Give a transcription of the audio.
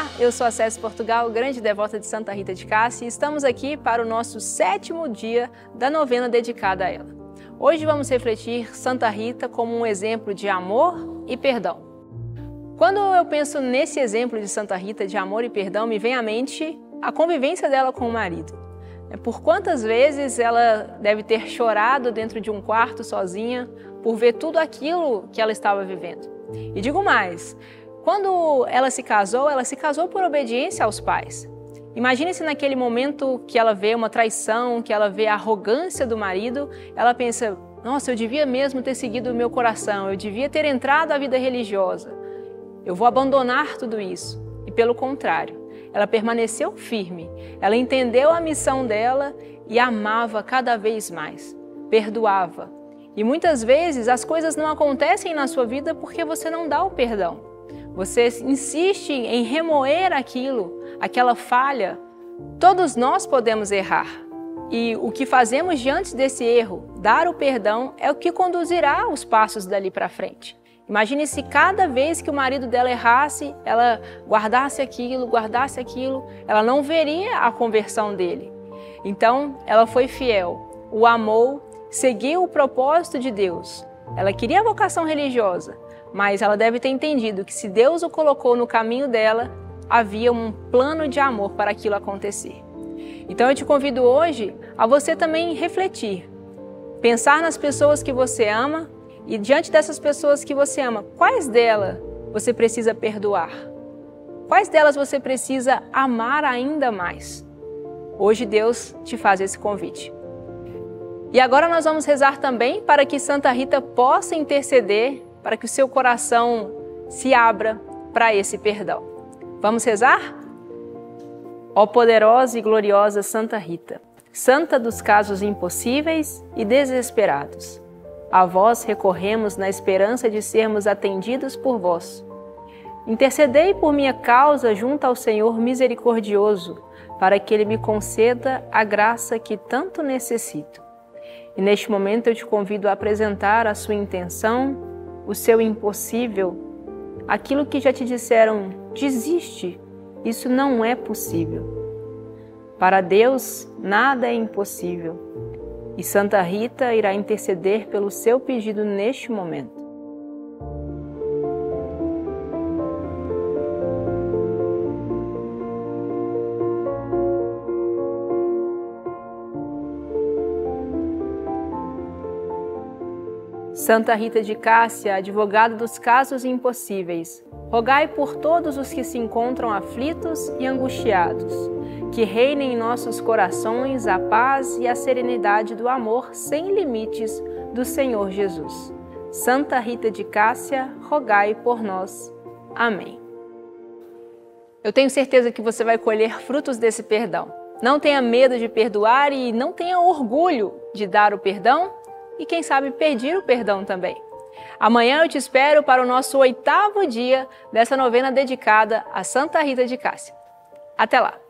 Olá, eu sou a Césia Portugal, grande devota de Santa Rita de Cássia, e estamos aqui para o nosso 7º dia da novena dedicada a ela. Hoje vamos refletir Santa Rita como um exemplo de amor e perdão. Quando eu penso nesse exemplo de Santa Rita de amor e perdão, me vem à mente a convivência dela com o marido. Por quantas vezes ela deve ter chorado dentro de um quarto sozinha por ver tudo aquilo que ela estava vivendo. E digo mais, quando ela se casou por obediência aos pais. Imagine se naquele momento que ela vê uma traição, que ela vê a arrogância do marido, ela pensa, nossa, eu devia mesmo ter seguido o meu coração, eu devia ter entrado à vida religiosa. Eu vou abandonar tudo isso. E pelo contrário, ela permaneceu firme, ela entendeu a missão dela e amava cada vez mais, perdoava. E muitas vezes as coisas não acontecem na sua vida porque você não dá o perdão. Você insiste em remoer aquela falha. Todos nós podemos errar. E o que fazemos diante desse erro, dar o perdão, é o que conduzirá os passos dali para frente. Imagine se cada vez que o marido dela errasse, ela guardasse aquilo, ela não veria a conversão dele. Então, ela foi fiel, o amou, seguiu o propósito de Deus. Ela queria a vocação religiosa, mas ela deve ter entendido que se Deus o colocou no caminho dela, havia um plano de amor para aquilo acontecer. Então eu te convido hoje a você também refletir, pensar nas pessoas que você ama e diante dessas pessoas que você ama, quais delas você precisa perdoar? Quais delas você precisa amar ainda mais? Hoje Deus te faz esse convite. E agora nós vamos rezar também para que Santa Rita possa interceder para que o seu coração se abra para esse perdão. Vamos rezar? Ó poderosa e gloriosa Santa Rita, santa dos casos impossíveis e desesperados, a vós recorremos na esperança de sermos atendidos por vós. Intercedei por minha causa junto ao Senhor misericordioso, para que Ele me conceda a graça que tanto necessito. E neste momento eu te convido a apresentar a sua intenção, o seu impossível, aquilo que já te disseram, desiste, isso não é possível. Para Deus, nada é impossível. E Santa Rita irá interceder pelo seu pedido neste momento. Santa Rita de Cássia, advogada dos casos impossíveis, rogai por todos os que se encontram aflitos e angustiados, que reine em nossos corações a paz e a serenidade do amor sem limites do Senhor Jesus. Santa Rita de Cássia, rogai por nós. Amém. Eu tenho certeza que você vai colher frutos desse perdão. Não tenha medo de perdoar e não tenha orgulho de dar o perdão, e quem sabe pedir o perdão também. Amanhã eu te espero para o nosso 8º dia dessa novena dedicada a Santa Rita de Cássia. Até lá!